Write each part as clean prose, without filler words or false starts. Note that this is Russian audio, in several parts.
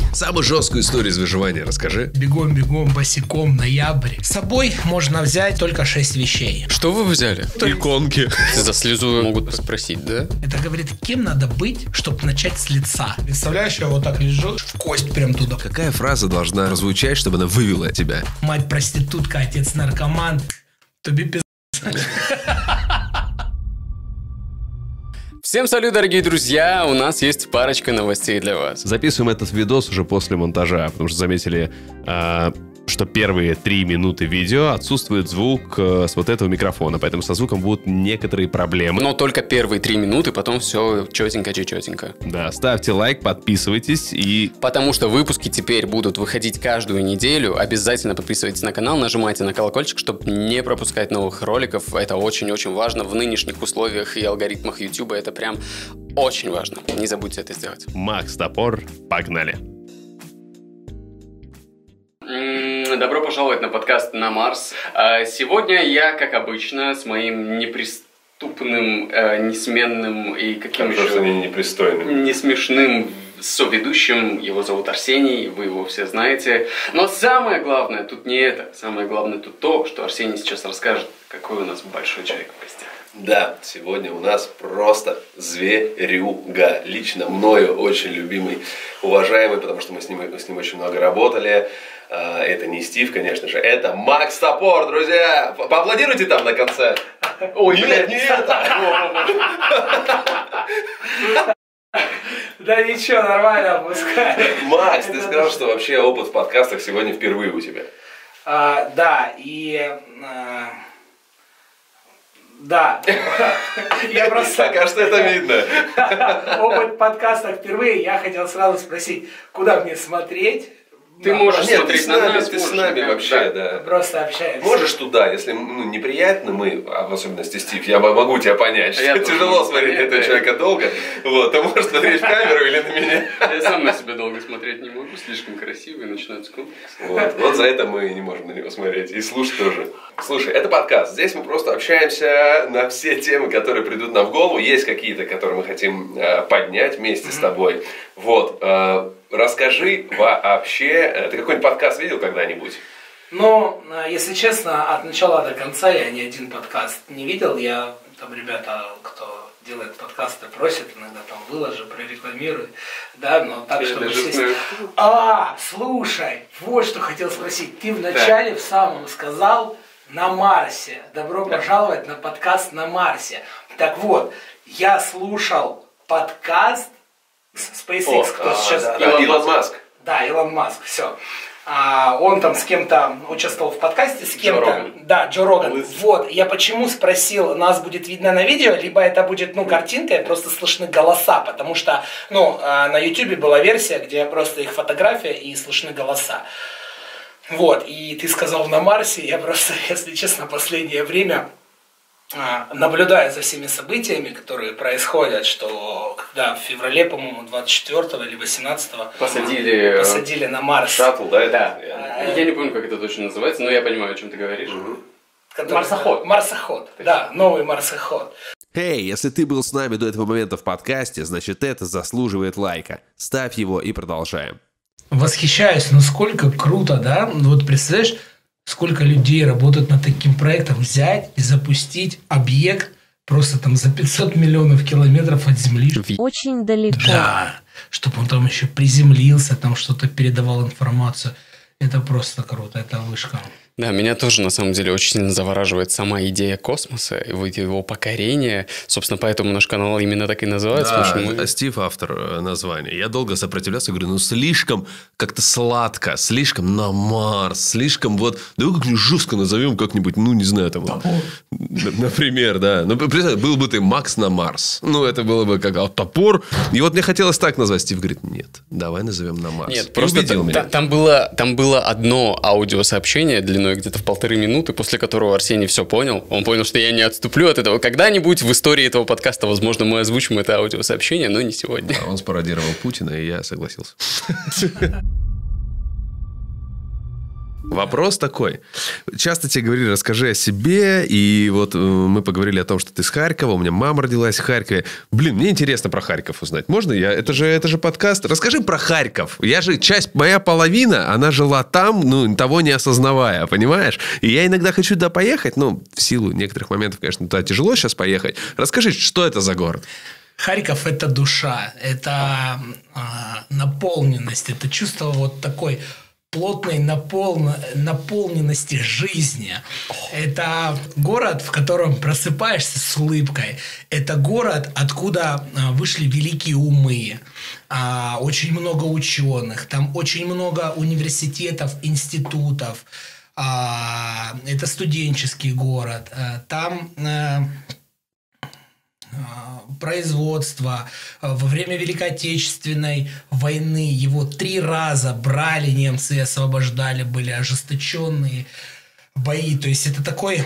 Самую жесткую историю из выживания расскажи. Бегом, босиком, ноябрь. С собой можно взять только 6 вещей. Что вы взяли? Иконки. За слезу могут спросить, да? Это говорит, кем надо быть, чтобы начать с лица. Представляешь, я вот так лежу, в кость прям туда. Какая фраза должна прозвучать, чтобы она вывела тебя? Мать проститутка, отец наркоман. Тобі пиздец. Всем салют, дорогие друзья! У нас есть парочка новостей для вас. Записываем этот видос уже после монтажа, потому что заметили, что первые 3 минуты видео отсутствует звук с вот этого микрофона, поэтому со звуком будут некоторые проблемы. Но только первые 3 минуты, потом все четенько. Да, ставьте лайк, подписывайтесь и... Потому что выпуски теперь будут выходить каждую неделю. Обязательно подписывайтесь на канал, нажимайте на колокольчик, чтобы не пропускать новых роликов. Это очень-очень важно в нынешних условиях и алгоритмах YouTube. Это прям очень важно. Не забудьте это сделать. Макс Топор, погнали! Добро пожаловать на подкаст «На Марс». Сегодня я, как обычно, с моим неприступным, несменным и каким еще... непристойным. Не смешным соведущим. Его зовут Арсений, вы его все знаете. Но самое главное тут не это. Самое главное тут то, что Арсений сейчас расскажет, какой у нас большой человек в гостях. Да, сегодня у нас просто зверюга. Лично мною очень любимый, уважаемый, потому что мы с ним очень много работали. Это не Стив, конечно же, это Макс Топор, друзья! Поаплодируйте там на конце! Ой, нет, не это! Да ничего, нормально, пускай. Макс, ты сказал, что вообще опыт в подкастах сегодня впервые у тебя. Да, и... Да, я просто... Кажется, это видно. Опыт подкаста впервые, я хотел сразу спросить, куда мне смотреть? Ты можешь Нет, смотреть ты на нас, ты с нами вообще, да. Просто общаемся. Можешь туда, если неприятно мы, а в особенности Стив, я могу тебя понять, что Я тяжело тоже смотреть на понять, этого да. человека долго, вот, ты можешь смотреть в камеру или на меня. Я сам на себя долго смотреть не могу, слишком красивый, начинаются комплексы. Вот за это мы не можем на него смотреть, и слушать тоже. Слушай, это подкаст, здесь мы просто общаемся на все темы, которые придут нам в голову, есть какие-то, которые мы хотим поднять вместе с тобой, вот. Расскажи вообще, ты какой-нибудь подкаст видел когда-нибудь? Ну, если честно, от начала до конца я ни один подкаст не видел. Я, там ребята, кто делает подкасты, просят иногда там выложи, прорекламируй. Да, но так, Я чтобы даже все... Слушай, вот что хотел спросить. Ты вначале в самом сказал «На Марсе». Добро пожаловать на подкаст «На Марсе». Так вот, я слушал подкаст SpaceX, кто сейчас... Илон Маск. Да, Илон Маск, все. Он там с кем-то участвовал в подкасте, с кем-то... Роган. Да, Джо Роган. Вот, я почему спросил, нас будет видно на видео, либо это будет, картинка, и просто слышны голоса, потому что, на YouTube была версия, где просто их фотография и слышны голоса. Вот, и ты сказал «На Марсе», я просто, если честно, последнее время... наблюдая за всеми событиями, которые происходят, что когда в феврале, по-моему, 24 или 18 посадили на Марс. Шаттл, да? Да. Я не помню, как это точно называется, но я понимаю, о чем ты говоришь. Марсоход. Марсоход, да, новый марсоход. Эй, если ты был с нами до этого момента в подкасте, значит это заслуживает лайка. Ставь его и продолжаем. Восхищаюсь, насколько круто, да? Вот представляешь, сколько людей работают над таким проектом, взять и запустить объект просто там за 500 миллионов километров от Земли. Очень далеко. Да, чтобы он там еще приземлился, там что-то передавал информацию. Это просто круто, это вышка. Да, меня тоже, на самом деле, очень сильно завораживает сама идея космоса, его покорения. Собственно, поэтому наш канал именно так и называется. Да, Стив автор названия. Я долго сопротивлялся, говорю, слишком как-то сладко, слишком на Марс, слишком давай как-нибудь жестко назовем как-нибудь, не знаю, там... Например, да. Представь, был бы ты Макс на Марс. Это было бы как топор. И мне хотелось так назвать. Стив говорит, нет, давай назовем на Марс. Нет, просто там было одно аудиосообщение длиной где-то в 1,5 минуты, после которого Арсений все понял. Он понял, что я не отступлю от этого. Когда-нибудь в истории этого подкаста, возможно, мы озвучим это аудиосообщение, но не сегодня. Он спародировал Путина, и я согласился. Вопрос такой. Часто тебе говорили, расскажи о себе, и вот мы поговорили о том, что ты с Харькова, у меня мама родилась в Харькове. Блин, мне интересно про Харьков узнать. Можно я? Это же подкаст. Расскажи про Харьков. Я же моя половина, она жила там, того не осознавая, понимаешь? И я иногда хочу туда поехать, в силу некоторых моментов, конечно, туда тяжело сейчас поехать. Расскажи, что это за город? Харьков – это душа, это наполненность, это чувство вот такой плотной наполненности жизни. Это город, в котором просыпаешься с улыбкой. Это город, откуда вышли великие умы. Очень много ученых. Там очень много университетов, институтов. Это студенческий город. Там производство. Во время Великой Отечественной войны его 3 раза брали немцы и освобождали, были ожесточенные бои. То есть это такой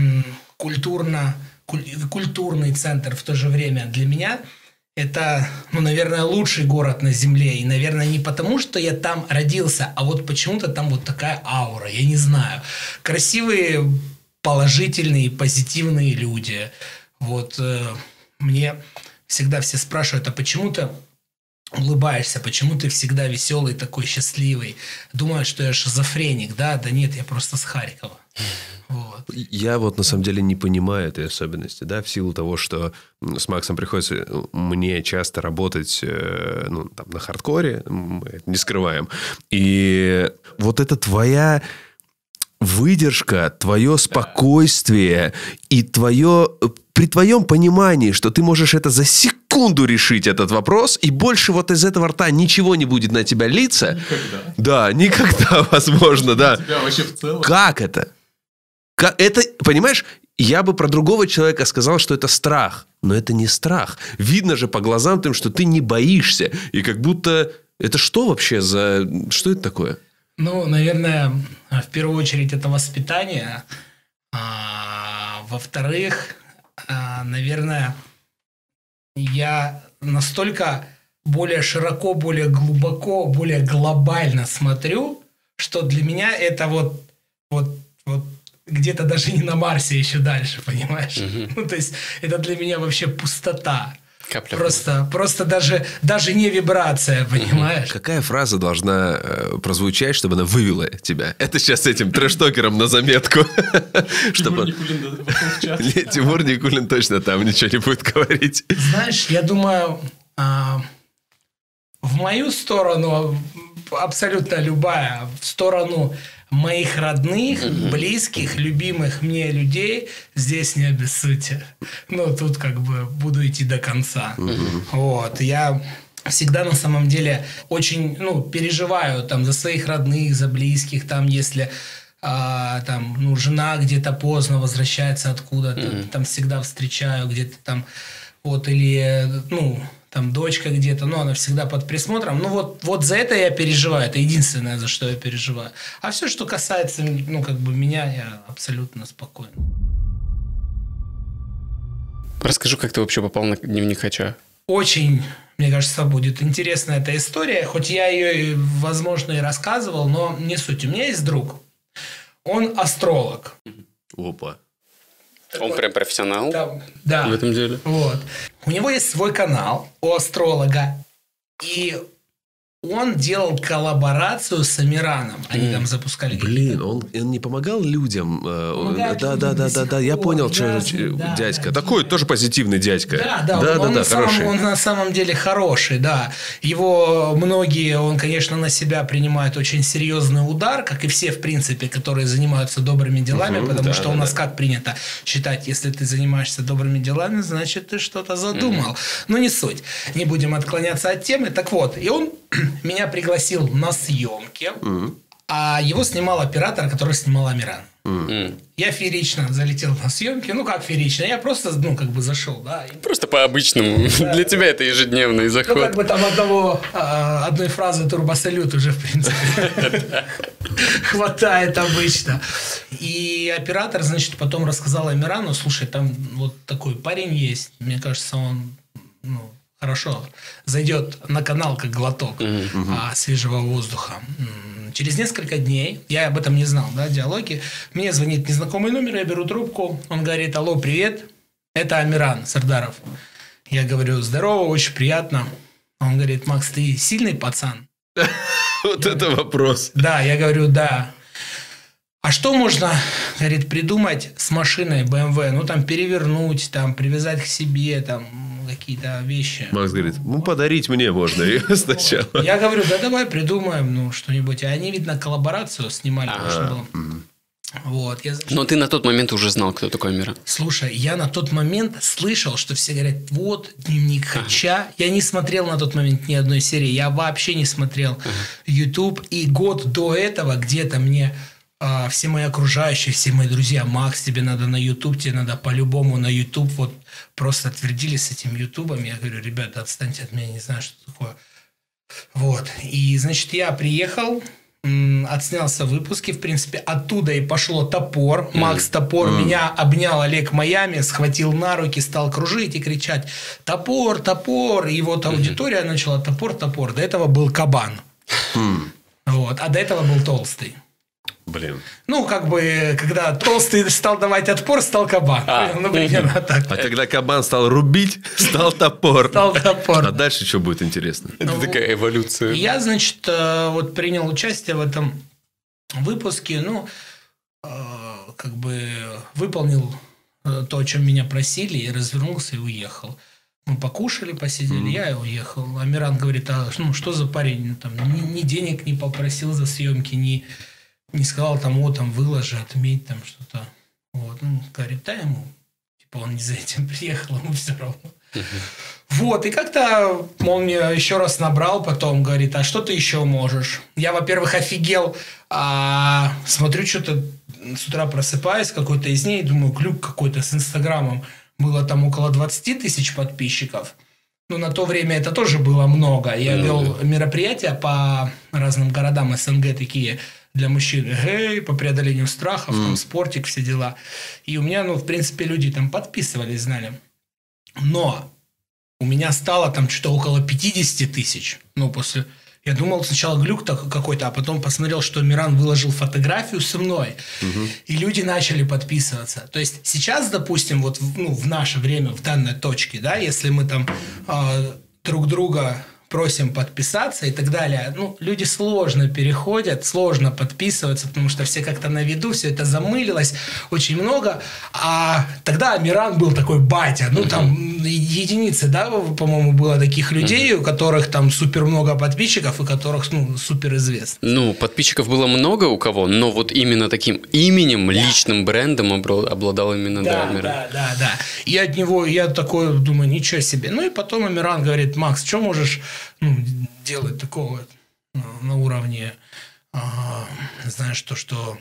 культурный центр в то же время. Для меня это, наверное, лучший город на земле. И, наверное, не потому, что я там родился, а вот почему-то там вот такая аура. Я не знаю. Красивые, положительные, позитивные люди. Вот мне всегда все спрашивают, а почему ты улыбаешься, почему ты всегда веселый, такой счастливый? Думают, что я шизофреник, да? Да нет, я просто с Харькова. Вот. Я на самом деле не понимаю этой особенности, да, в силу того, что с Максом приходится мне часто работать на хардкоре, мы это не скрываем. И вот это твоя выдержка, твое спокойствие и при твоем понимании, что ты можешь это за секунду решить, этот вопрос, и больше из этого рта ничего не будет на тебя литься. Никогда. Да, никогда, возможно, да. Тебя вообще в целом. Как это? Это, понимаешь, я бы про другого человека сказал, что это страх. Но это не страх. Видно же по глазам тем, что ты не боишься. И как будто... Это что вообще за... Что это такое? Наверное, в первую очередь это воспитание. Во-вторых, наверное, я настолько более широко, более глубоко, более глобально смотрю, что для меня это вот где-то даже не на Марсе, еще дальше, понимаешь? То есть это для меня вообще пустота. Капля. Просто даже не вибрация, понимаешь? Какая фраза должна прозвучать, чтобы она вывела тебя? Это сейчас этим трэш-токером на заметку. Тимур Никулин вошел в чат. Нет, Тимур Никулин точно там ничего не будет говорить. Знаешь, я думаю, в мою сторону, абсолютно любая, в сторону моих родных, близких, любимых мне людей, здесь не обессудьте. Тут буду идти до конца. Вот. Я всегда на самом деле очень переживаю за своих родных, за близких, если жена где-то поздно возвращается откуда-то, там всегда встречаю где-то там, или дочка где-то, она всегда под присмотром. Вот за это я переживаю. Это единственное, за что я переживаю. А все, что касается, меня, я абсолютно спокоен. Расскажи, как ты вообще попал на дневник Хача? Очень, мне кажется, будет интересная эта история. Хоть я ее, возможно, и рассказывал, но не суть. У меня есть друг. Он астролог. Опа. Он прям профессионал да, в этом деле? Вот. У него есть свой канал у астролога. И он делал коллаборацию с Амираном. Они там запускали... Блин, он не помогал людям? Да, я понял, что дядька. Такой тоже позитивный дядька. Да, хороший. Он на самом деле хороший, да. Его многие, он, конечно, на себя принимает очень серьезный удар, как и все, в принципе, которые занимаются добрыми делами, потому что у нас как принято считать, если ты занимаешься добрыми делами, значит, ты что-то задумал. Но не суть. Не будем отклоняться от темы. Так вот, и он меня пригласил на съемки, а его снимал оператор, который снимал Амиран. Я феерично залетел на съемки. Как феерично? Я просто, зашел, да. Просто по-обычному. Для тебя это ежедневный заход. Там одной фразы турбосалют уже, в принципе, хватает обычно. И оператор, значит, потом рассказал Амирану: слушай, там вот такой парень есть. Мне кажется, он хорошо зайдет на канал как глоток свежего воздуха. Через несколько дней, я об этом не знал, да, диалоги, мне звонит незнакомый номер, я беру трубку, он говорит: алло, привет, это Амиран Сардаров. Я говорю: здорово, очень приятно. Он говорит: Макс, ты сильный пацан? Вот это вопрос. Да, я говорю: да. А что можно, говорит, придумать с машиной BMW? Ну, там, перевернуть, там, привязать к себе, там, какие-то вещи. Макс говорит: ну, подарить мне можно ее сначала. Я говорю: да давай придумаем, ну, что-нибудь. И они, видно, коллаборацию снимали. Вот. Но ты на тот момент уже знал, кто такой Амиран. Слушай, я на тот момент слышал, что все говорят: вот, дневник Хача. Я не смотрел на тот момент ни одной серии. Я вообще не смотрел YouTube. И год до этого где-то мне... все мои окружающие, все мои друзья: Макс, тебе надо на YouTube, тебе надо по-любому на YouTube. Вот просто отвердили с этим Ютубом. Я говорю: ребята, отстаньте от меня, не знаю, что такое. Вот. И, значит, я приехал, отснялся в выпуске, в принципе, оттуда и пошло «Топор». Макс «Топор». Меня обнял Олег Майами, схватил на руки, стал кружить и кричать: «Топор, топор!» И вот аудитория начала: «Топор, топор». До этого был Кабан. Вот. А до этого был Толстый. Блин. Ну, как бы, когда Толстый стал давать отпор, стал Кабан. Ну, примерно так. А когда Кабан стал рубить, стал Топор. Стал Топор. А дальше что будет интересно? Это такая эволюция. Я, значит, вот принял участие в этом выпуске. Ну, как бы выполнил то, о чем меня просили, и развернулся и уехал. Мы покушали, посидели, я и уехал. Амиран говорит: а ну, что за парень? Там, ни денег не попросил за съемки, не сказал там: о, там, выложи, отметь, там, что-то. Вот. Ну, говорит: да, ему, типа, он не за этим приехал, ему все равно. Вот, и как-то он мне еще раз набрал, потом говорит: а что ты еще можешь? Я, во-первых, офигел, смотрю, что-то с утра просыпаюсь, какой-то из ней, думаю, глюк какой-то с Инстаграмом. Было там около 20 тысяч подписчиков. Ну, на то время это тоже было много. Я вел мероприятия по разным городам СНГ, такие для мужчин, по преодолению страхов, там, спортик, все дела. И у меня, ну, в принципе, люди там подписывались, знали. Но у меня стало там что-то около 50 тысяч. Ну, после... Я думал сначала глюк какой-то, а потом посмотрел, что Амиран выложил фотографию со мной. И люди начали подписываться. То есть сейчас, допустим, вот в наше время, в данной точке, да, если мы там друг друга просим подписаться и так далее, ну, люди сложно переходят, сложно подписываться, потому что все как-то на виду, все это замылилось, очень много. А тогда Амиран был такой батя, ну, там единицы, да, по-моему, было таких людей, у которых там супер много подписчиков, и которых, ну, супер известно. Ну, подписчиков было много у кого, но вот именно таким именем, личным брендом обладал именно Амиран. Да. И от него я такой думаю: ничего себе. Ну, и потом Амиран говорит: Макс, что можешь, ну, делать такого на уровне, знаешь, то, что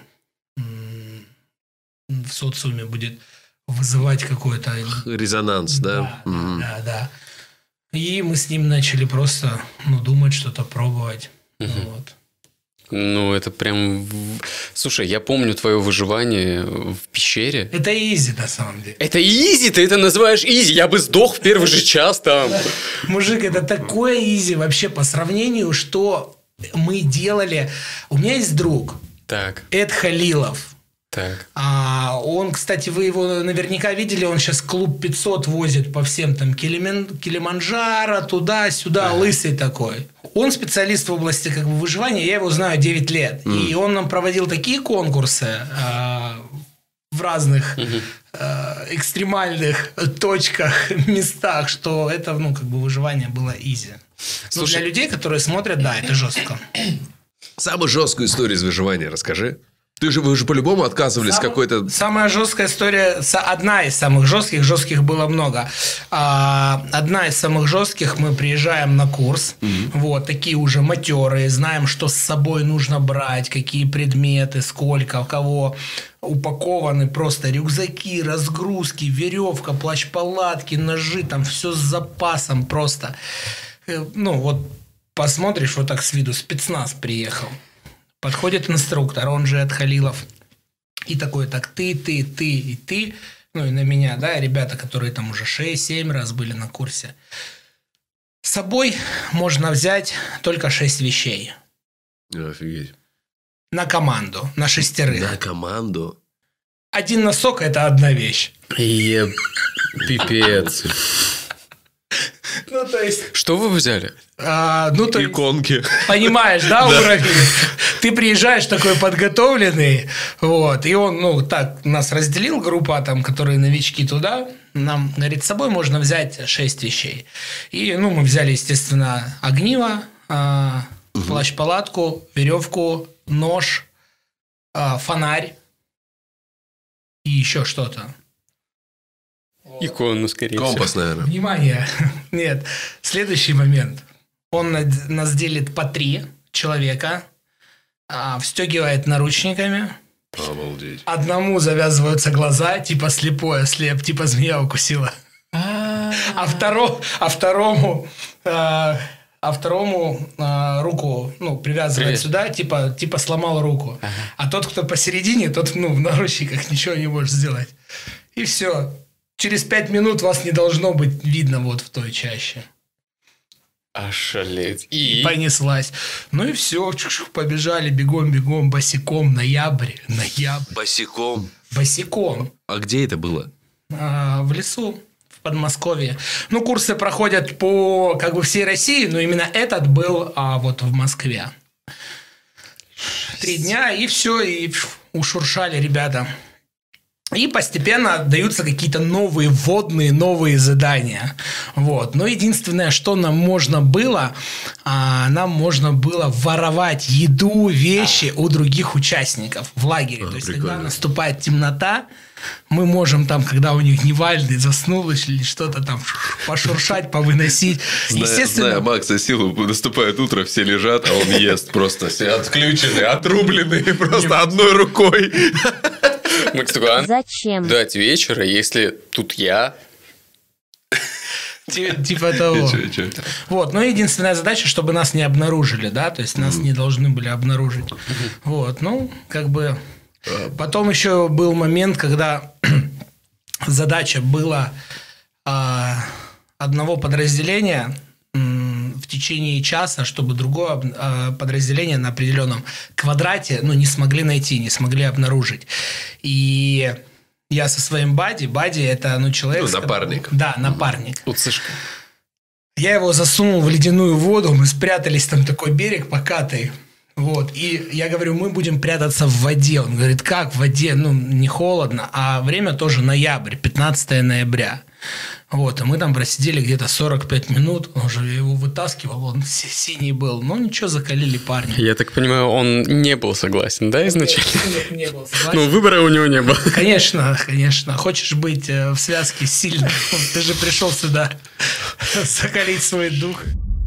в социуме будет вызывать какой-то... Резонанс, да? Да. И мы с ним начали просто, ну, думать, что-то пробовать. Вот. Ну, это прям... Слушай, я помню твое выживание в пещере. Это изи, на самом деле. Это изи? Ты это называешь изи? Я бы сдох в первый же час там. Мужик, это такое изи вообще по сравнению, что мы делали... У меня есть друг, Так. Эд Халилов. Так. Он, кстати, вы его наверняка видели, он сейчас клуб 500 возит по всем там Килиманджаро, туда-сюда, лысый такой. Он специалист в области как бы выживания, я его знаю 9 лет. И он нам проводил такие конкурсы в разных экстремальных точках, местах, что это, ну, как бы выживание было изи. Но для людей, которые смотрят, да, это жестко. Самую жесткую историю из выживания расскажи. Вы же по-любому отказывались какой-то... Самая жесткая история, одна из самых жестких было много. Одна из самых жестких, мы приезжаем на курс, вот, такие уже матерые, знаем, что с собой нужно брать, какие предметы, сколько, кого, упакованы просто рюкзаки, разгрузки, веревка, плащ-палатки, ножи, там все с запасом просто. Ну, вот посмотришь вот так с виду, спецназ приехал. Подходит инструктор, он же Эд Халилов, и такой: так ты, и ты, ну и на меня, да, ребята, которые там уже 6-7 раз были на курсе. С собой можно взять только 6 вещей. Офигеть. На команду, на 6. На команду? Один носок – это одна вещь. Пипец. Ну, то есть... Что вы взяли? то есть, Иконки. понимаешь, да, уровень? Ты приезжаешь такой подготовленный, вот, и он, так, нас разделил, группа, там, которые новички туда, нам, говорит, с собой можно взять 6 вещей. И, мы взяли, естественно, огниво, плащ-палатку, веревку, нож, фонарь и еще что-то. Икону, скорее всего. Компас, наверное. Внимание! Нет. Следующий момент. Он нас делит по 3 человека, встегивает наручниками. Обалдеть. Одному завязываются глаза, типа слепой ослеп, типа змея укусила. А второму руку, привязывает сюда, типа сломал руку. А тот, кто посередине, тот, в наручниках ничего не может сделать. И все. Через 5 минут вас не должно быть видно вот в той чаще. Ошалеть. И понеслась. Ну и все. Побежали бегом, босиком. Ноябрь. Босиком. Босиком. А где это было? В лесу. В Подмосковье. Курсы проходят по всей России, но именно этот был вот в Москве. 3 дня, и все, и ушуршали ребята. И постепенно даются какие-то новые задания. Вот. Но единственное, что нам можно было воровать еду, вещи у других участников в лагере. То есть, когда наступает темнота, мы можем там, когда у них Невальный заснул или что-то там пошуршать, повыносить. Естественно, зная Макса силу, наступает утро, все лежат, а он ест просто все отключенные, отрубленные просто одной рукой. Макс такой, зачем? Дать вечера, если тут я. Типа того. Вот, но единственная задача, чтобы нас не обнаружили, да, то есть нас не должны были обнаружить. Вот, Потом еще был момент, когда задача была одного подразделения в течение часа, чтобы другое подразделение на определенном квадрате не смогли найти, не смогли обнаружить. И я со своим бадди это человек... напарник. Да, напарник. Уцышка. Я его засунул в ледяную воду, мы спрятались, там такой берег покатый. Вот, и я говорю, мы будем прятаться в воде. Он говорит, как в воде? Не холодно, а время тоже ноябрь, 15 ноября. Вот, и мы там просидели где-то 45 минут, он уже его вытаскивал, он синий был. Ничего, закалили парня. Я так понимаю, он не был согласен, да, изначально? Не был согласен. Выбора у него не было. Конечно. Хочешь быть в связке сильным, ты же пришел сюда закалить свой дух.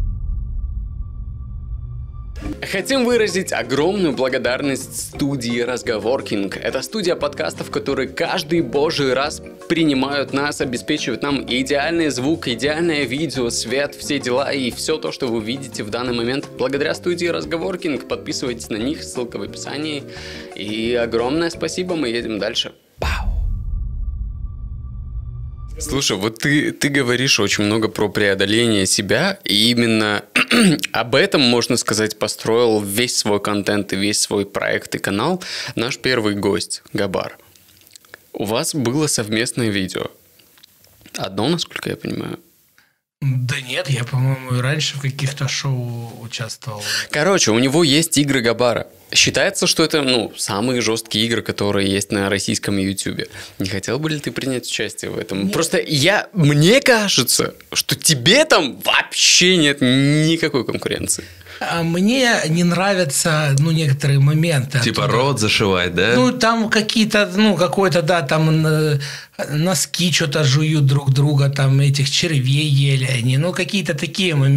Хотим выразить огромную благодарность студии Разговоркинг. Это студия подкастов, которые каждый божий раз принимают нас, обеспечивают нам идеальный звук, идеальное видео, свет, все дела и все то, что вы видите в данный момент. Благодаря студии Разговоркинг. Подписывайтесь на них, ссылка в описании. И огромное спасибо, мы едем дальше. Пау! Слушай, вот ты говоришь очень много про преодоление себя, и именно об этом, можно сказать, построил весь свой контент и весь свой проект и канал наш первый гость, Габар. У вас было совместное видео. Одно, насколько я понимаю. Да нет, я, по-моему, и раньше в каких-то шоу участвовал. Короче, у него есть игры Габара. Считается, что это, самые жесткие игры, которые есть на российском Ютубе. Не хотел бы ли ты принять участие в этом? Нет. Просто мне кажется, что тебе там вообще нет никакой конкуренции. Мне не нравятся, некоторые моменты. Типа рот зашивать, да? Там какие-то, какой-то, да, там носки что-то жуют друг друга, там этих червей ели они. Какие-то такие моменты.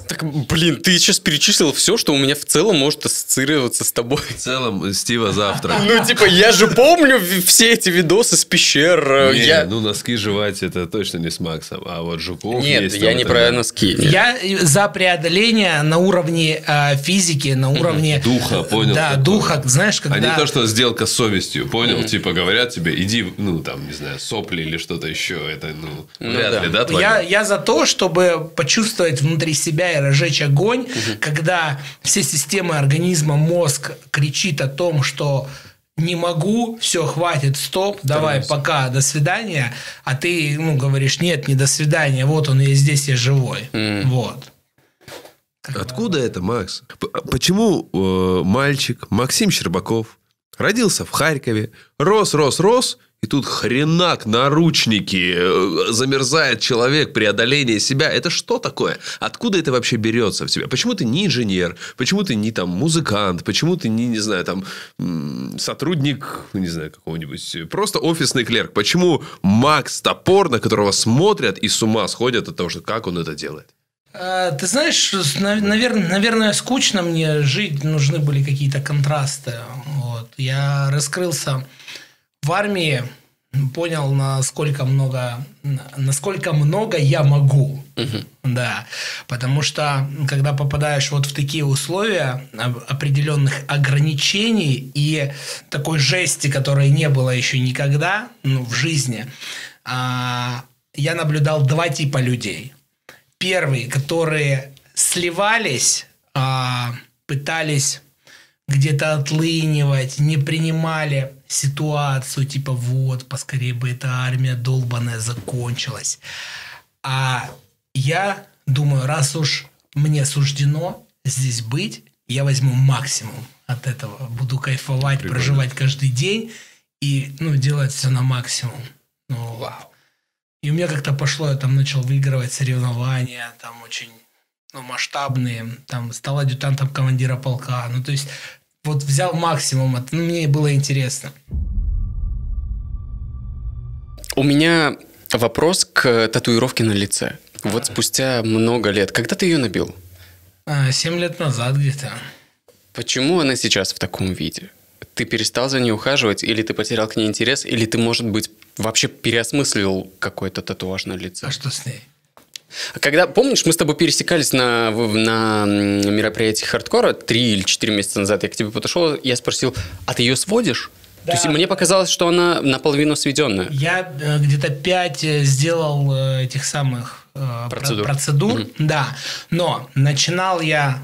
Так, блин, ты сейчас перечислил все, что у меня в целом может ассоциироваться с тобой. В целом, Стива завтра. Ну, типа, я же помню все эти видосы с пещер. Не, ну, носки жевать это точно не с Максом. А вот Жуков Нет, есть. я не про носки. Я за преодоление на уровне физики, на уровне... Духа, понял? Да, такое. духа, знаешь, когда... А не то, что сделка с совестью, понял? Типа говорят тебе, иди, ну, там, не знаю, сопли или что-то еще. Это, ну, вряд ли, да, твоё? Я за то, чтобы почувствовать внутри себя и разжечь огонь, когда все системы организма, мозг кричит о том, что не могу, все, хватит, стоп, давай, пока, до свидания, а ты, ну, говоришь, нет, не до свидания, вот он, я здесь, я живой. Вот. Откуда это, Макс? Почему мальчик Максим Щербаков родился в Харькове, рос, и тут хренак, наручники, замерзает человек, преодоление себя. Это что такое? Откуда это вообще берется в себя? Почему ты не инженер? Почему ты не там музыкант? Почему ты не знаю, там сотрудник, не знаю, какого-нибудь, просто офисный клерк? Почему Макс Топор, на которого смотрят и с ума сходят от того, что как он это делает? Ты знаешь, наверное, скучно мне жить, нужны были какие-то контрасты. Вот. Я раскрылся в армии, понял, насколько много я могу. Да. Потому что, когда попадаешь вот в такие условия определенных ограничений и такой жести, которой не было еще никогда, ну, в жизни, я наблюдал два типа людей. Первые, которые сливались, пытались где-то отлынивать, не принимали ситуацию, типа вот, поскорее бы эта армия долбаная закончилась. А я думаю, раз уж мне суждено здесь быть, я возьму максимум от этого. Буду кайфовать, проживать каждый день и, ну, делать все на максимум. Ну, вау. И у меня как-то пошло, я там начал выигрывать соревнования, там очень, ну, масштабные, там стал адъютантом командира полка. Ну, то есть, вот взял максимум, ну, мне было интересно. У меня вопрос к татуировке на лице. Вот спустя много лет. Когда ты ее набил? 7 лет назад где-то. Почему она сейчас в таком виде? Ты перестал за ней ухаживать, или ты потерял к ней интерес, или ты, может быть, вообще переосмыслил какой-то татуаж на лице? А что с ней? Когда, помнишь, мы с тобой пересекались на мероприятии хардкора 3 или 4 месяца назад, я к тебе подошел, я спросил, а ты ее сводишь? Да. То есть мне показалось, что она наполовину сведенная. Я где-то 5 сделал этих самых процедур. Да, но начинал я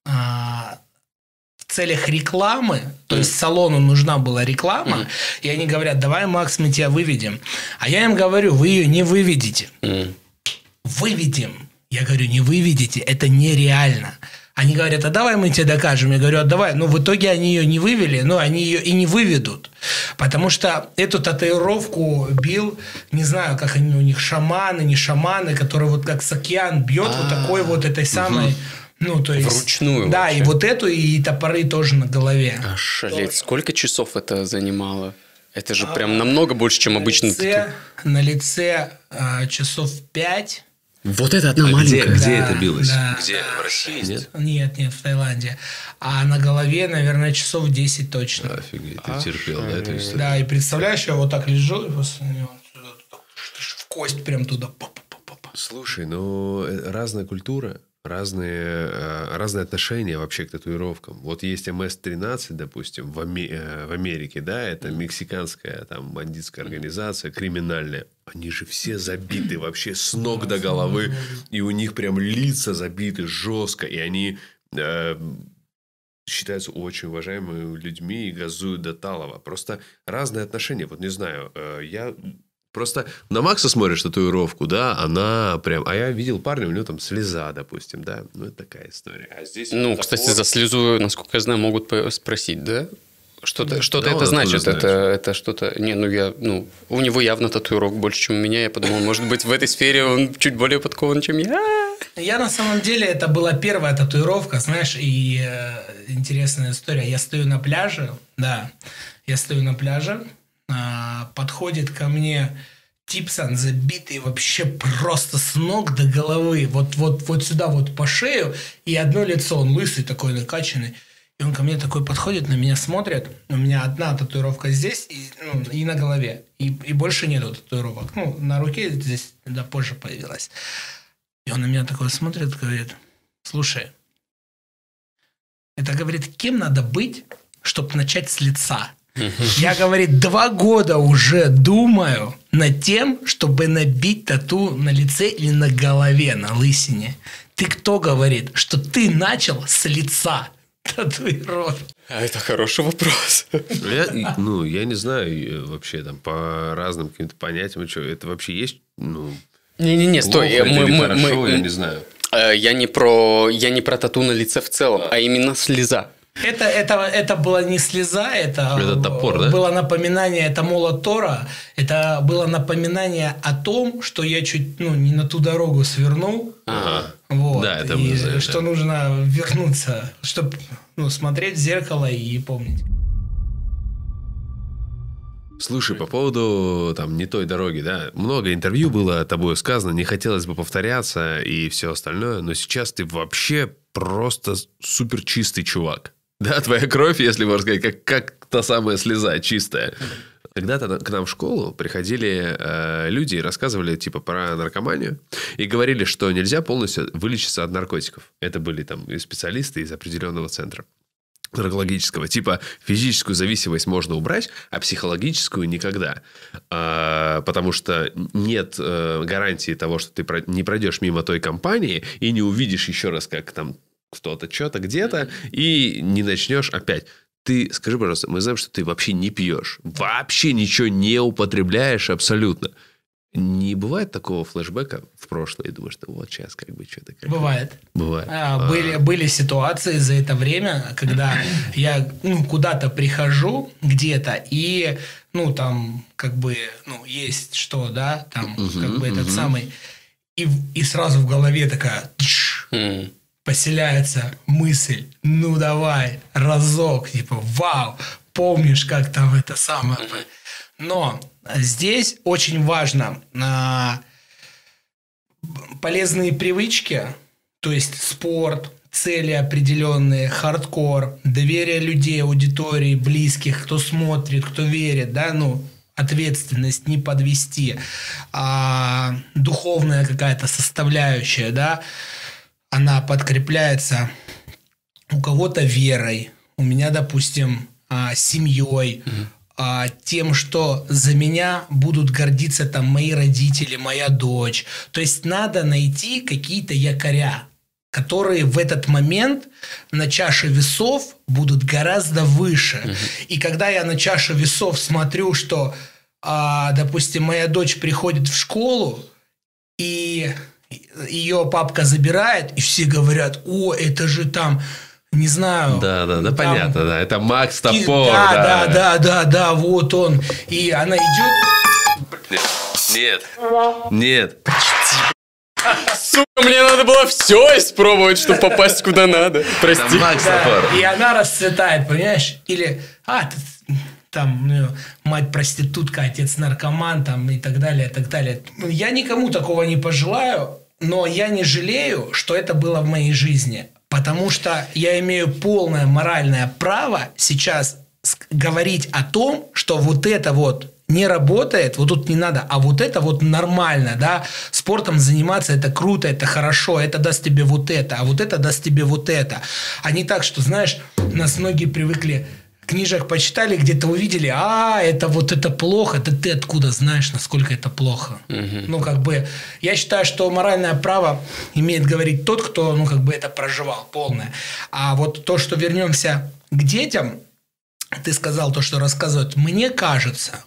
в целях рекламы, то есть салону нужна была реклама, и они говорят, давай, Макс, мы тебя выведем. А я им говорю, вы ее не выведете. Выведем. Я говорю, не выведете, это нереально. Они говорят, а давай мы тебе докажем. Я говорю, а давай. Но в итоге они ее не вывели, но они ее и не выведут. Потому что эту татуировку бил, не знаю, как они у них, шаманы, не шаманы, которые вот как сакьян бьет вот такой вот этой самой... Ну, то есть, вручную. Да, вообще. И вот эту, и топоры тоже на голове. Шалеть, сколько часов это занимало? Это же прям намного больше, чем обычно. На лице часов 5. Вот это одна маленькая. Где это билось? Да. Где? В России? Нет? Нет, в Таиланде. А на голове, наверное, часов 10 точно. Офигеть, ты терпел, да, эту историю? Да, и представляешь, я вот так лежу, и в кость прям туда. Слушай, ну, разная культура, разные отношения вообще к татуировкам. Вот есть МС-13, допустим, в Америке, да, это мексиканская там бандитская организация, криминальная. Они же все забиты вообще с ног до головы, и у них прям лица забиты жестко, и они считаются очень уважаемыми людьми и газуют до талого. Просто разные отношения. Вот не знаю, я... Просто на Макса смотришь татуировку, да, она прям... А я видел парня, у него там слеза, допустим, да. Ну, это такая история. А здесь... Ну, кстати, за слезу, насколько я знаю, могут спросить, да? Что-то да, это значит. Это что-то... Не, у него явно татуировок больше, чем у меня. Я подумал, может быть, в этой сфере он чуть более подкован, чем я. Я на самом деле, это была первая татуировка, знаешь, и интересная история. Я стою на пляже, подходит ко мне Типсон забитый вообще просто с ног до головы. Вот сюда вот по шею. И одно лицо. Он лысый такой, накачанный. И он ко мне такой подходит, на меня смотрит. У меня одна татуировка здесь и на голове. И больше нету татуировок. Ну, на руке здесь позже появилась. И он на меня такой смотрит, говорит: слушай, это, говорит, кем надо быть, чтобы начать с лица? Я, говорит, 2 года уже думаю над тем, чтобы набить тату на лице или на голове, на лысине. Ты кто, говорит, что ты начал с лица татуировать? А это хороший вопрос. Я не знаю вообще там по разным каким-то понятиям, что это вообще есть, Не-не-не, стой. я не знаю. Я не про тату на лице в целом, а именно слеза. Это была не слеза, это топор, да? было напоминание, это молот Тора, это было напоминание о том, что я чуть не на ту дорогу свернул. Ага. Вот, Да, это и мы знаем, что нужно вернуться, чтобы смотреть в зеркало и помнить. Слушай, по поводу не той дороги, да, много интервью было тобой сказано, не хотелось бы повторяться и все остальное, но сейчас ты вообще просто супер чистый чувак. Да, твоя кровь, если можно сказать, как та самая слеза чистая. Когда-то к нам в школу приходили люди и рассказывали про наркоманию и говорили, что нельзя полностью вылечиться от наркотиков. Это были специалисты из определенного центра наркологического. Физическую зависимость можно убрать, а психологическую никогда. Потому что нет гарантии того, что ты не пройдешь мимо той компании и не увидишь еще раз, как там кто-то, что-то, где-то, и не начнешь опять. Ты, скажи, пожалуйста, мы знаем, что ты вообще не пьешь. Вообще ничего не употребляешь абсолютно. Не бывает такого флешбэка в прошлое, и думаешь, что вот сейчас что-то... Бывает. Бывает. Были ситуации за это время, когда я куда-то прихожу где-то, и есть что, да, этот самый... И сразу в голове такая... поселяется мысль: ну давай, разок, вау, помнишь, как там это самое... Но здесь очень важно полезные привычки, то есть спорт, цели определенные, хардкор, доверие людей, аудитории, близких, кто смотрит, кто верит, да, ответственность, не подвести, духовная какая-то составляющая, да, она подкрепляется у кого-то верой, у меня, допустим, семьей, тем, что за меня будут гордиться мои родители, моя дочь. То есть надо найти какие-то якоря, которые в этот момент на чаше весов будут гораздо выше. И когда я на чаше весов смотрю, что, допустим, моя дочь приходит в школу, и ее папка забирает, и все говорят: о, это же там... Не знаю. Да, понятно, да. Это Макс Топор. Да, вот он. И она идет. Нет. Сука, мне надо было все испробовать, чтобы попасть куда надо. Прости. Макс Топор. И она расцветает, понимаешь? Или, мать проститутка, отец наркоман, и так далее, и так далее. Я никому такого не пожелаю, но я не жалею, что это было в моей жизни. Потому что я имею полное моральное право сейчас говорить о том, что вот это вот не работает, вот тут не надо, а вот это вот нормально, да, спортом заниматься это круто, это хорошо, это даст тебе вот это, а вот это даст тебе вот это. А не так, что, знаешь, нас многие привыкли, книжек почитали, где-то увидели, это вот это плохо, да ты откуда знаешь, насколько это плохо? Я считаю, что моральное право имеет говорить тот, кто, это проживал полное. А вот то, что вернемся к детям, ты сказал то, что рассказывают, мне кажется,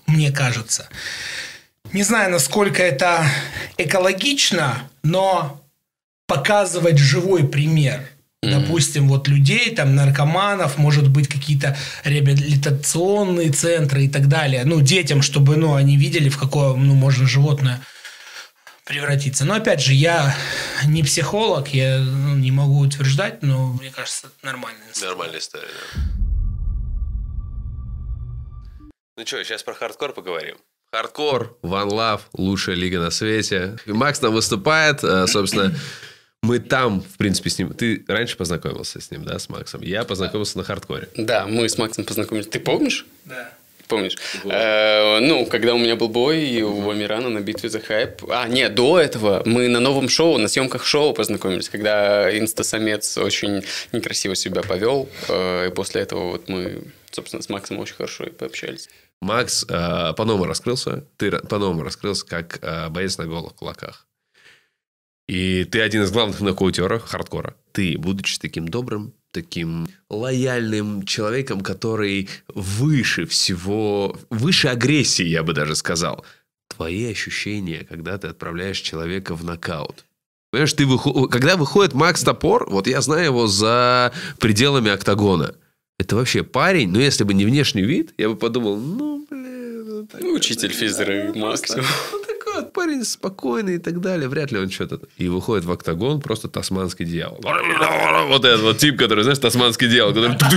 не знаю, насколько это экологично, но показывать живой пример. Допустим, людей, наркоманов, может быть, какие-то реабилитационные центры и так далее. Детям, чтобы, они видели, в какое, можно животное превратиться. Но, опять же, я не психолог, я не могу утверждать, но, мне кажется, это нормальная история. Нормальная история, да. Ну что, сейчас про хардкор поговорим. Хардкор, One Love, лучшая лига на свете. И Макс там выступает, собственно, мы там, в принципе, с ним... Ты раньше познакомился с ним, да, с Максом? Я познакомился на хардкоре. Да, мы с Максом познакомились. Ты помнишь? Да. Помнишь? Когда у меня был бой у Амирана на битве за хайп. Нет, до этого мы на новом шоу, на съемках шоу познакомились, когда инстасамец очень некрасиво себя повел. И после этого вот мы, собственно, с Максом очень хорошо и пообщались. Макс по-новому раскрылся. Ты по-новому раскрылся как боец на голых кулаках. И ты один из главных нокаутеров хардкора. Ты, будучи таким добрым, таким лояльным человеком, который выше всего, выше агрессии, я бы даже сказал. Твои ощущения, когда ты отправляешь человека в нокаут. Понимаешь, когда выходит Макс Топор, вот я знаю его за пределами октагона. Это вообще парень, если бы не внешний вид, я бы подумал, учитель физры Макс. Вот парень спокойный и так далее. Вряд ли он что-то... И выходит в октагон просто тасманский дьявол. Вот этот вот тип, который, знаешь, тасманский дьявол.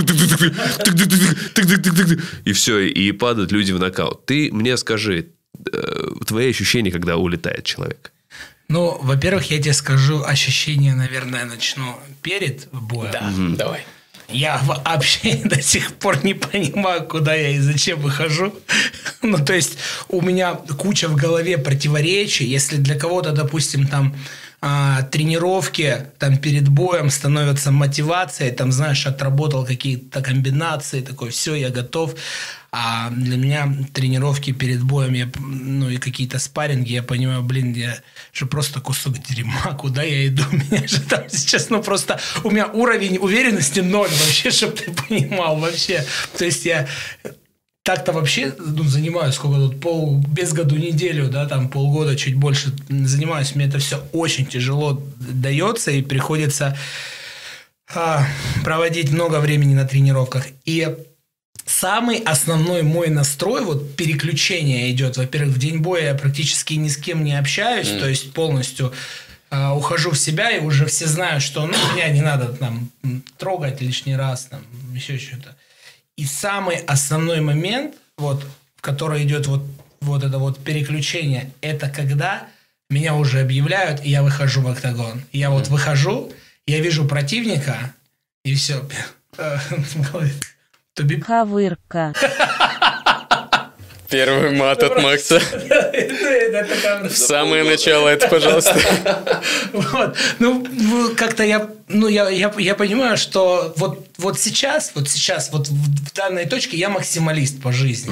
И все, и падают люди в нокаут. Ты мне скажи, твои ощущения, когда улетает человек? Ну, во-первых, я тебе скажу ощущения, наверное, начну перед боем. Да, давай. Я вообще до сих пор не понимаю, куда я и зачем выхожу. Ну, то есть, у меня куча в голове противоречий. Если для кого-то, допустим, там тренировки там, перед боем становятся мотивацией, там, знаешь, отработал какие-то комбинации, такой, все, я готов. А для меня тренировки перед боем, и какие-то спарринги, я понимаю, я же просто кусок дерьма, куда я иду? Меня же там сейчас, просто у меня уровень уверенности 0 вообще, чтобы ты понимал, вообще. То есть я так-то вообще занимаюсь сколько тут, без году неделю, да, там полгода, чуть больше занимаюсь. Мне это все очень тяжело дается, и приходится проводить много времени на тренировках. И самый основной мой настрой, переключение идет. Во-первых, в день боя я практически ни с кем не общаюсь, то есть полностью ухожу в себя, и уже все знают, что меня не надо там трогать лишний раз, там еще что-то. И самый основной момент, в который идет это переключение, это когда меня уже объявляют, и я выхожу в октагон. Я выхожу, я вижу противника, и все. Хавырка. Первый мат от Макса. В самое начало это, пожалуйста. Как-то я понимаю, что вот сейчас, в данной точке я максималист по жизни.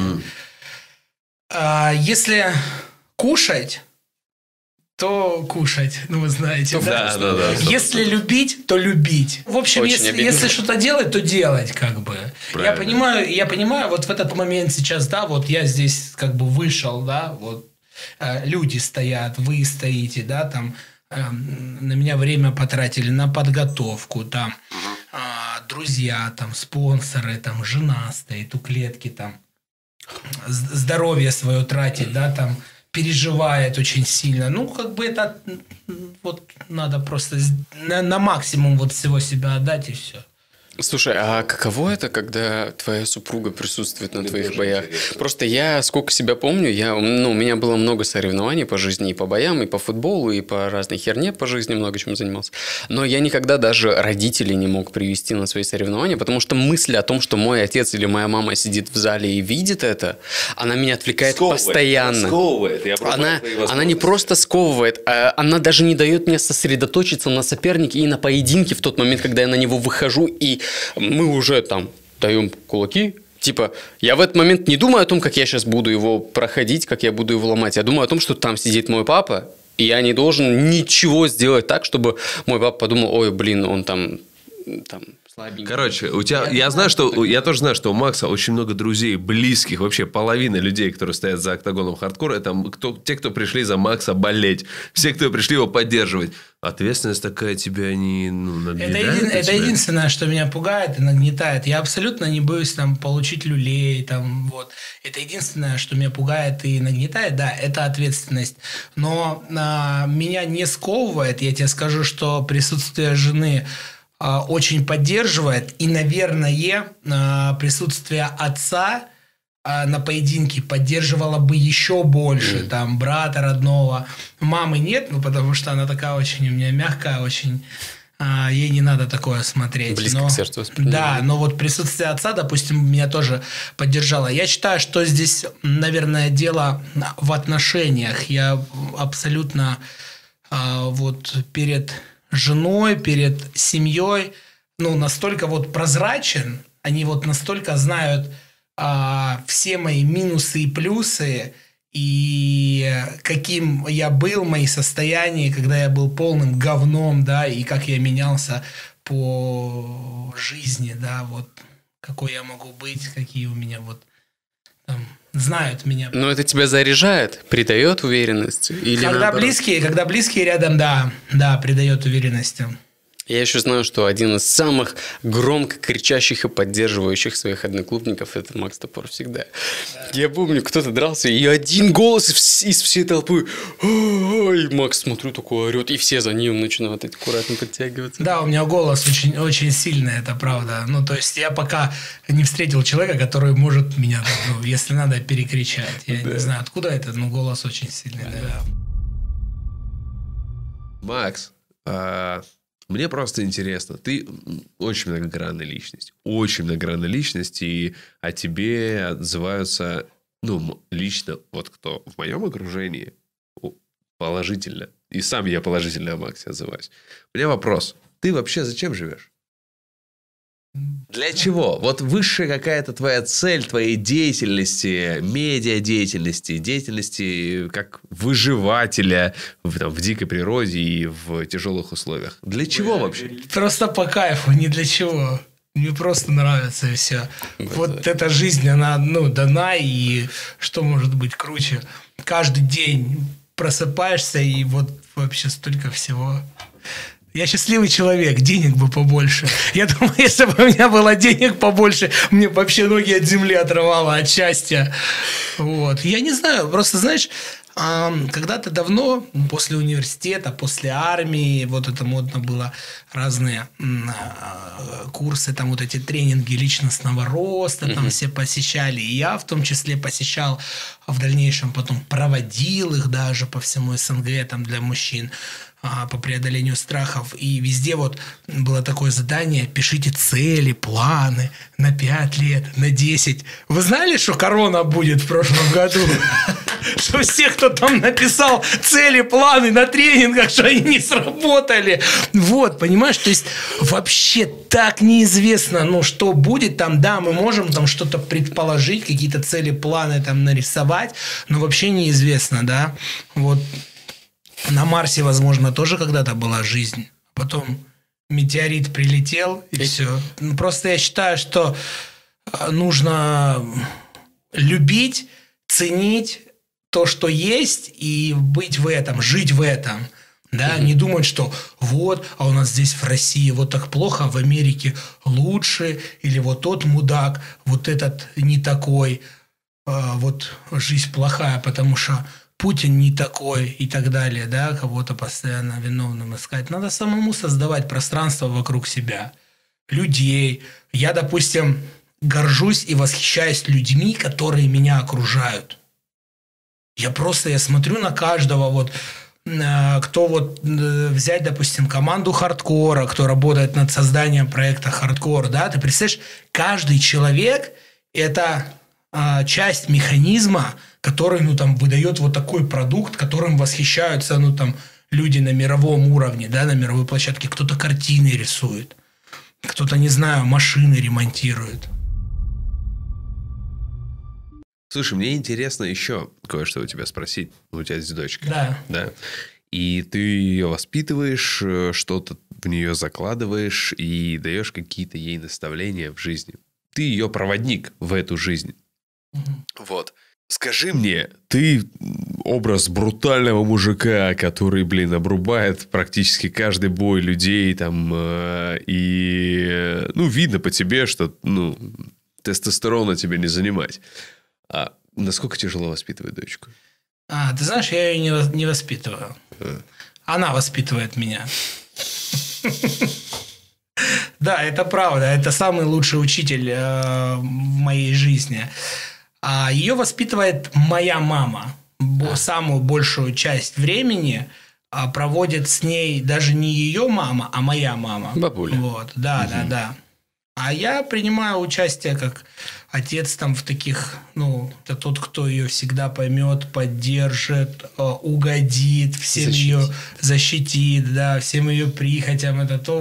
Если кушать, то кушать, вы знаете. Да. Если любить, то любить. В общем, если что-то делать, то делать, как бы. Я понимаю, в этот момент сейчас, я здесь вышел, люди стоят, вы стоите, там на меня время потратили на подготовку, там друзья, там спонсоры, там жена стоит у клетки, там здоровье свое тратит, там переживает очень сильно. Это надо просто на максимум всего себя отдать, и все. Слушай, а каково это, когда твоя супруга присутствует на твоих боях? Просто я, сколько себя помню, у меня было много соревнований по жизни, и по боям, и по футболу, и по разной херне по жизни, много чем занимался. Но я никогда даже родителей не мог привести на свои соревнования, потому что мысль о том, что мой отец или моя мама сидит в зале и видит это, она меня отвлекает постоянно. Она не просто сковывает, она даже не дает мне сосредоточиться на сопернике и на поединке в тот момент, когда я на него выхожу, и мы уже там даем кулаки. Я в этот момент не думаю о том, как я сейчас буду его проходить, как я буду его ломать. Я думаю о том, что там сидит мой папа, и я не должен ничего сделать так, чтобы мой папа подумал, он там слабенький. Короче, я тоже знаю, что у Макса очень много друзей, близких, вообще половина людей, которые стоят за октагоном хардкора, это те, кто пришли за Макса болеть, все, кто пришли его поддерживать. Ответственность такая тебя не нагнетает? Это единственное, что меня пугает и нагнетает. Я абсолютно не боюсь получить люлей. Это единственное, что меня пугает и нагнетает. Да, это ответственность. Но меня не сковывает. Я тебе скажу, что присутствие жены очень поддерживает. И, наверное, присутствие отца на поединке, поддерживала бы еще больше, там, брата родного. Мамы нет, ну, потому что она такая очень у меня мягкая, очень... ей не надо такое смотреть. Близко к сердцу воспринимает. Да, но вот присутствие отца, допустим, меня тоже поддержало. Я считаю, что здесь, наверное, дело в отношениях. Я абсолютно вот перед женой, перед семьей, ну, настолько вот прозрачен, они вот настолько знают все мои минусы и плюсы, и каким я был, мои состояния, когда я был полным говном, да, и как я менялся по жизни, да, вот какой я могу быть, какие у меня вот там, знают меня. Но это тебя заряжает, придает уверенности? Или когда близкие рядом, да, придает уверенности. Я еще знаю, что один из самых громко кричащих и поддерживающих своих одноклубников – это Макс Топор всегда. Я помню, кто-то дрался, и один голос из всей толпы. И Макс, смотрю, такой орет, и все за ним начинают аккуратно подтягиваться. Да, у меня голос очень, очень сильный, это правда. Ну, то есть, я пока не встретил человека, который может меня, ну, если надо, перекричать. Я не знаю, откуда это, но голос очень сильный. Да. Макс, мне просто интересно, ты очень многогранная личность, и о тебе отзываются, ну, лично, вот кто в моем окружении, положительно, и сам я положительно о Максе отзываюсь. У меня вопрос, ты вообще зачем живешь? Для чего? Вот высшая какая-то твоя цель твоей деятельности, медиадеятельности, деятельности как выживателя в дикой природе и в тяжелых условиях. Для чего вообще? Просто по кайфу, не для чего. Мне просто нравится и все. Вот эта жизнь, она, ну, дана, и что может быть круче? Каждый день просыпаешься, и вот вообще столько всего. Я счастливый человек, денег бы побольше. Я думаю, если бы у меня было денег побольше, мне бы вообще ноги от земли отрывало от счастья. Вот. Я не знаю, просто, знаешь, когда-то давно, после университета, после армии, вот это модно было, разные курсы, там вот эти тренинги личностного роста, там все посещали, и я в том числе посещал, а в дальнейшем потом проводил их даже по всему СНГ, там для мужчин, по преодолению страхов. И везде вот было такое задание: пишите цели, планы на 5 лет, на 10. Вы знали, что корона будет в прошлом году? Что все, кто там написал цели, планы на тренингах, что они не сработали. Вот, понимаешь, то есть вообще так неизвестно, ну, что будет там. Да, мы можем там что-то предположить, какие-то цели, планы там нарисовать, но вообще неизвестно, да. Вот. На Марсе, возможно, тоже когда-то была жизнь. Потом метеорит прилетел, и все. Просто я считаю, что нужно любить, ценить то, что есть, и быть в этом, жить в этом. Да? Не думать, что вот, а у нас здесь в России вот так плохо, а в Америке лучше, или вот тот мудак, вот этот не такой, вот жизнь плохая, потому что Путин не такой и так далее, да, кого-то постоянно виновным искать. Надо самому создавать пространство вокруг себя, людей. Я, допустим, горжусь и восхищаюсь людьми, которые меня окружают. Я смотрю на каждого, вот, кто вот взять, допустим, команду хардкора, кто работает над созданием проекта хардкор, да, ты представляешь, каждый человек – это часть механизма, который, ну, там, выдает вот такой продукт, которым восхищаются, ну, там, люди на мировом уровне, да, на мировой площадке. Кто-то картины рисует, кто-то, не знаю, машины ремонтирует. Слушай, мне интересно еще кое-что у тебя спросить. У тебя есть дочка. Да. И ты ее воспитываешь, что-то в нее закладываешь и даешь какие-то ей наставления в жизни. Ты ее проводник в эту жизнь. Вот. Скажи мне, ты образ брутального мужика, который, обрубает практически каждый бой людей, там, и, ну, видно по тебе, что, ну, тестостерона тебе не занимать. А насколько тяжело воспитывать дочку? Ты знаешь, я ее не воспитываю. Она воспитывает меня. Да, это правда. Это самый лучший учитель в моей жизни. А ее воспитывает моя мама. Самую большую часть времени проводит с ней даже не ее мама, а моя мама. Бабуля. Вот, да. А я принимаю участие как отец там в таких, это тот, кто ее всегда поймет, поддержит, угодит, всем ее защитит, да, всем ее прихотям. Это то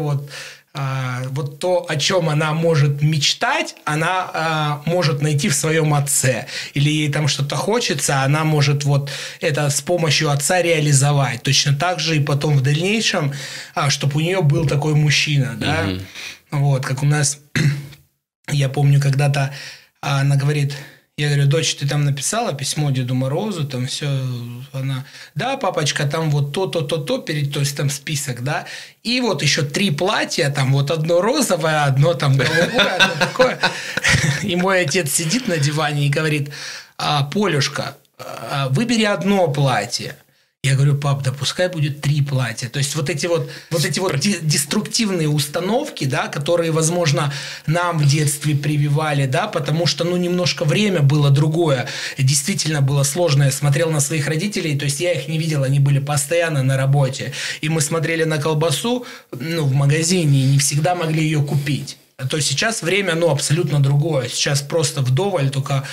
вот то, о чем она может мечтать, она может найти в своем отце. Или ей там что-то хочется, она может вот это с помощью отца реализовать. Точно так же и потом в дальнейшем, чтобы у нее был такой мужчина, да. Вот, как у нас, я помню, когда-то она говорит, я говорю, дочь, ты там написала письмо Деду Морозу, там все, она, да, папочка, там вот то, то есть там список, да, и вот еще 3 платья, там вот одно розовое, одно там голубое, одно такое. И мой отец сидит на диване и говорит, Полюшка, выбери одно платье. Я говорю, пап, да пускай будет 3 платья. То есть вот эти вот деструктивные установки, да, которые, возможно, нам в детстве прививали, да, потому что, немножко время было другое. Действительно было сложно. Я смотрел на своих родителей, то есть я их не видел, они были постоянно на работе. И мы смотрели на колбасу, в магазине, и не всегда могли ее купить. То есть сейчас время, абсолютно другое. Сейчас просто вдоволь, только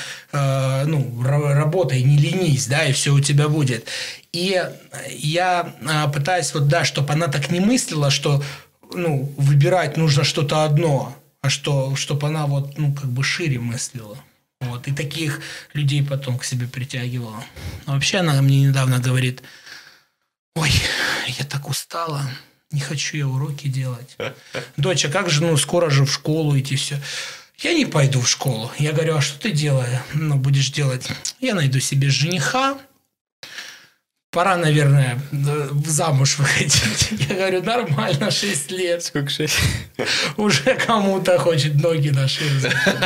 работай, не ленись, да, и все у тебя будет. И я пытаюсь, чтобы она так не мыслила, что, выбирать нужно что-то одно, а чтобы она шире мыслила. Вот, и таких людей потом к себе притягивала. Но вообще она мне недавно говорит, ой, я так устала. Не хочу я уроки делать. Дочь, а как же, скоро же в школу идти, все. Я не пойду в школу. Я говорю, а что ты делаешь? Будешь делать? Я найду себе жениха. Пора, наверное, замуж выходить. Я говорю, нормально, 6 лет. Сколько 6? Уже кому-то хочет ноги на шею.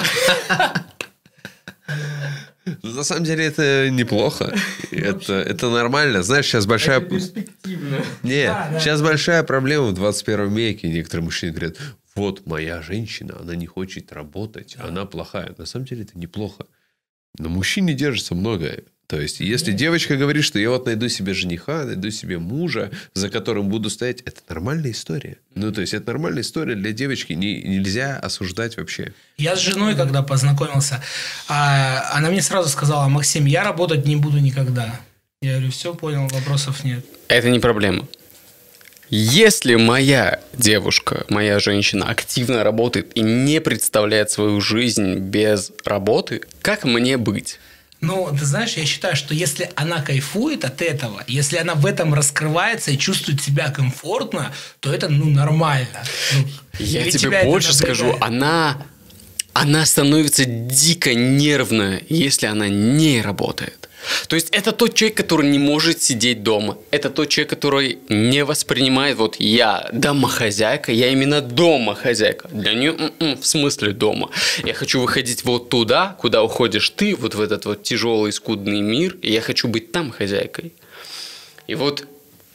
На самом деле это неплохо. Это нормально. Знаешь, сейчас большая... Это перспективно. Сейчас большая проблема в 21 веке. Некоторые мужчины говорят, вот моя женщина, она не хочет работать, она плохая. На самом деле это неплохо. На мужчине держится многое. То есть, если девочка говорит, что я вот найду себе жениха, найду себе мужа, за которым буду стоять, это нормальная история. То есть, это нормальная история для девочки. Нельзя осуждать вообще. Я с женой, когда познакомился, она мне сразу сказала, Максим, я работать не буду никогда. Я говорю, все, понял, вопросов нет. Это не проблема. Если моя девушка, моя женщина активно работает и не представляет свою жизнь без работы, как мне быть? Ты знаешь, я считаю, что если она кайфует от этого, если она в этом раскрывается и чувствует себя комфортно, то это, нормально. Я тебе больше скажу, она становится дико нервная, если она не работает. То есть, это тот человек, который не может сидеть дома. Это тот человек, который не воспринимает, вот я домохозяйка, я именно домохозяйка. Для нее, в смысле дома. Я хочу выходить вот туда, куда уходишь ты, вот в этот вот тяжелый, скудный мир, и я хочу быть там хозяйкой. И вот...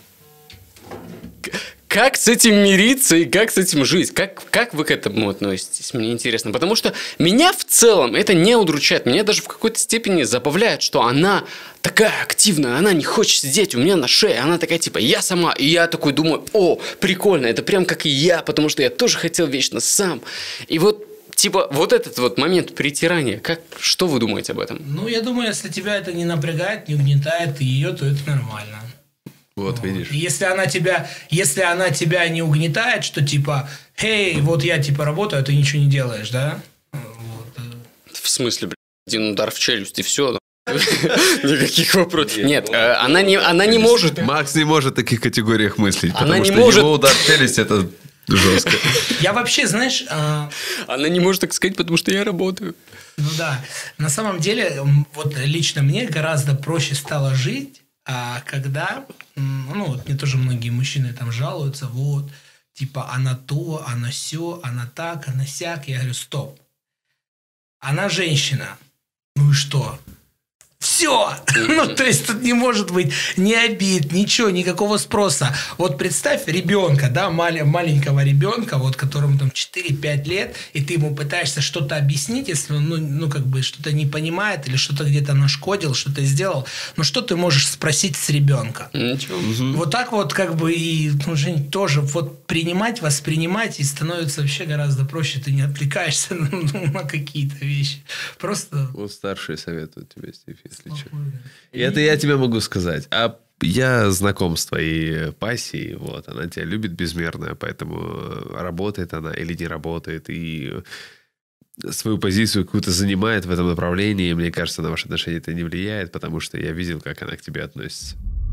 Как с этим мириться и как с этим жить? Как вы к этому относитесь? Мне интересно. Потому что меня в целом это не удручает. Меня даже в какой-то степени забавляет, что она такая активная, она не хочет сидеть у меня на шее. Она такая типа, я сама. И я такой думаю, прикольно, это прям как и я, потому что я тоже хотел вечно сам. И вот типа вот этот вот момент притирания, что вы думаете об этом? Я думаю, если тебя это не напрягает, не угнетает ее, то это нормально. Вот, видишь. Если она тебя не угнетает, что типа, вот я типа работаю, а ты ничего не делаешь, да? В смысле, один удар в челюсть и все. Никаких вопросов. Нет, она не может. Макс не может в таких категориях мыслить, Она потому не что может. его удар в челюсть это жестко. Я вообще, знаешь... Она не может так сказать, потому что я работаю. Да. На самом деле, вот лично мне гораздо проще стало жить, когда, мне тоже многие мужчины там жалуются, типа, она то, она сё, она так, она сяк. Я говорю, стоп. Она женщина. Ну и что? все. Ну, то есть тут не может быть ни обид, ничего, никакого спроса. Вот представь ребенка, да, маленького ребенка, вот которому там 4-5 лет, и ты ему пытаешься что-то объяснить, если он, ну, как бы что-то не понимает или что-то где-то нашкодил, что-то сделал. Но что ты можешь спросить с ребенка? Ничего. Вот так вот как бы и Жень, тоже вот принимать, воспринимать, и становится вообще гораздо проще. Ты не отвлекаешься на какие-то вещи. Просто... Вот старшие советуют тебе, Стив, если что. И это я тебе могу сказать. А я знаком с твоей пассией. Вот, она тебя любит безмерно, поэтому работает она или не работает. И свою позицию какую-то занимает в этом направлении. Мне кажется, на ваши отношения это не влияет, потому что я видел, как она к тебе относится.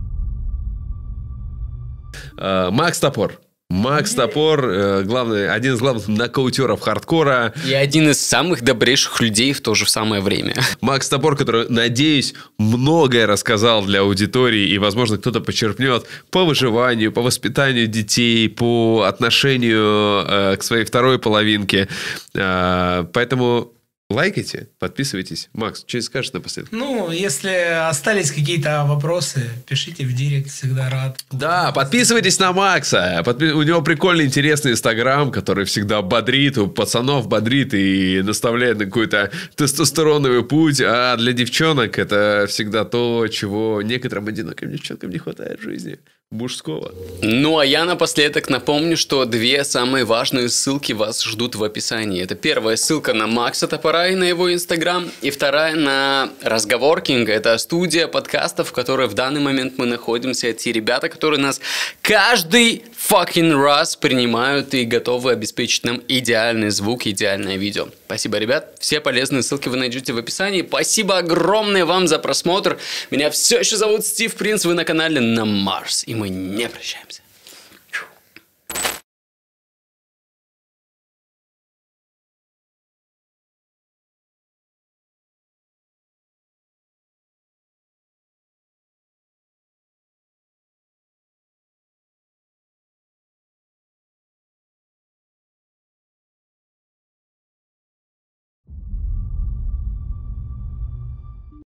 Макс Топор. Макс Топор, один из главных нокаутеров хардкора. И один из самых добрейших людей в то же самое время. Макс Топор, который, надеюсь, многое рассказал для аудитории, и, возможно, кто-то почерпнет по выживанию, по воспитанию детей, по отношению к своей второй половинке. Поэтому... лайкайте, подписывайтесь. Макс, что скажешь напоследок? Ну, если остались какие-то вопросы, пишите в директ, всегда рад. Да, подписывайтесь на Макса. У него прикольный, интересный инстаграм, который всегда бодрит, у пацанов бодрит и наставляет на какой-то тестостероновый путь. А для девчонок это всегда то, чего некоторым одиноким девчонкам не хватает в жизни. Мужского. Ну, а я напоследок напомню, что 2 самые важные ссылки вас ждут в описании. Это первая ссылка на Макса Топора и на его инстаграм, и вторая на Разговоркинг. Это студия подкастов, в которой в данный момент мы находимся. Те ребята, которые нас каждый fucking раз принимают и готовы обеспечить нам идеальный звук, идеальное видео. Спасибо, ребят. Все полезные ссылки вы найдете в описании. Спасибо огромное вам за просмотр. Меня все еще зовут Стив Принц. Вы на канале На Марс. И мы не прощаемся.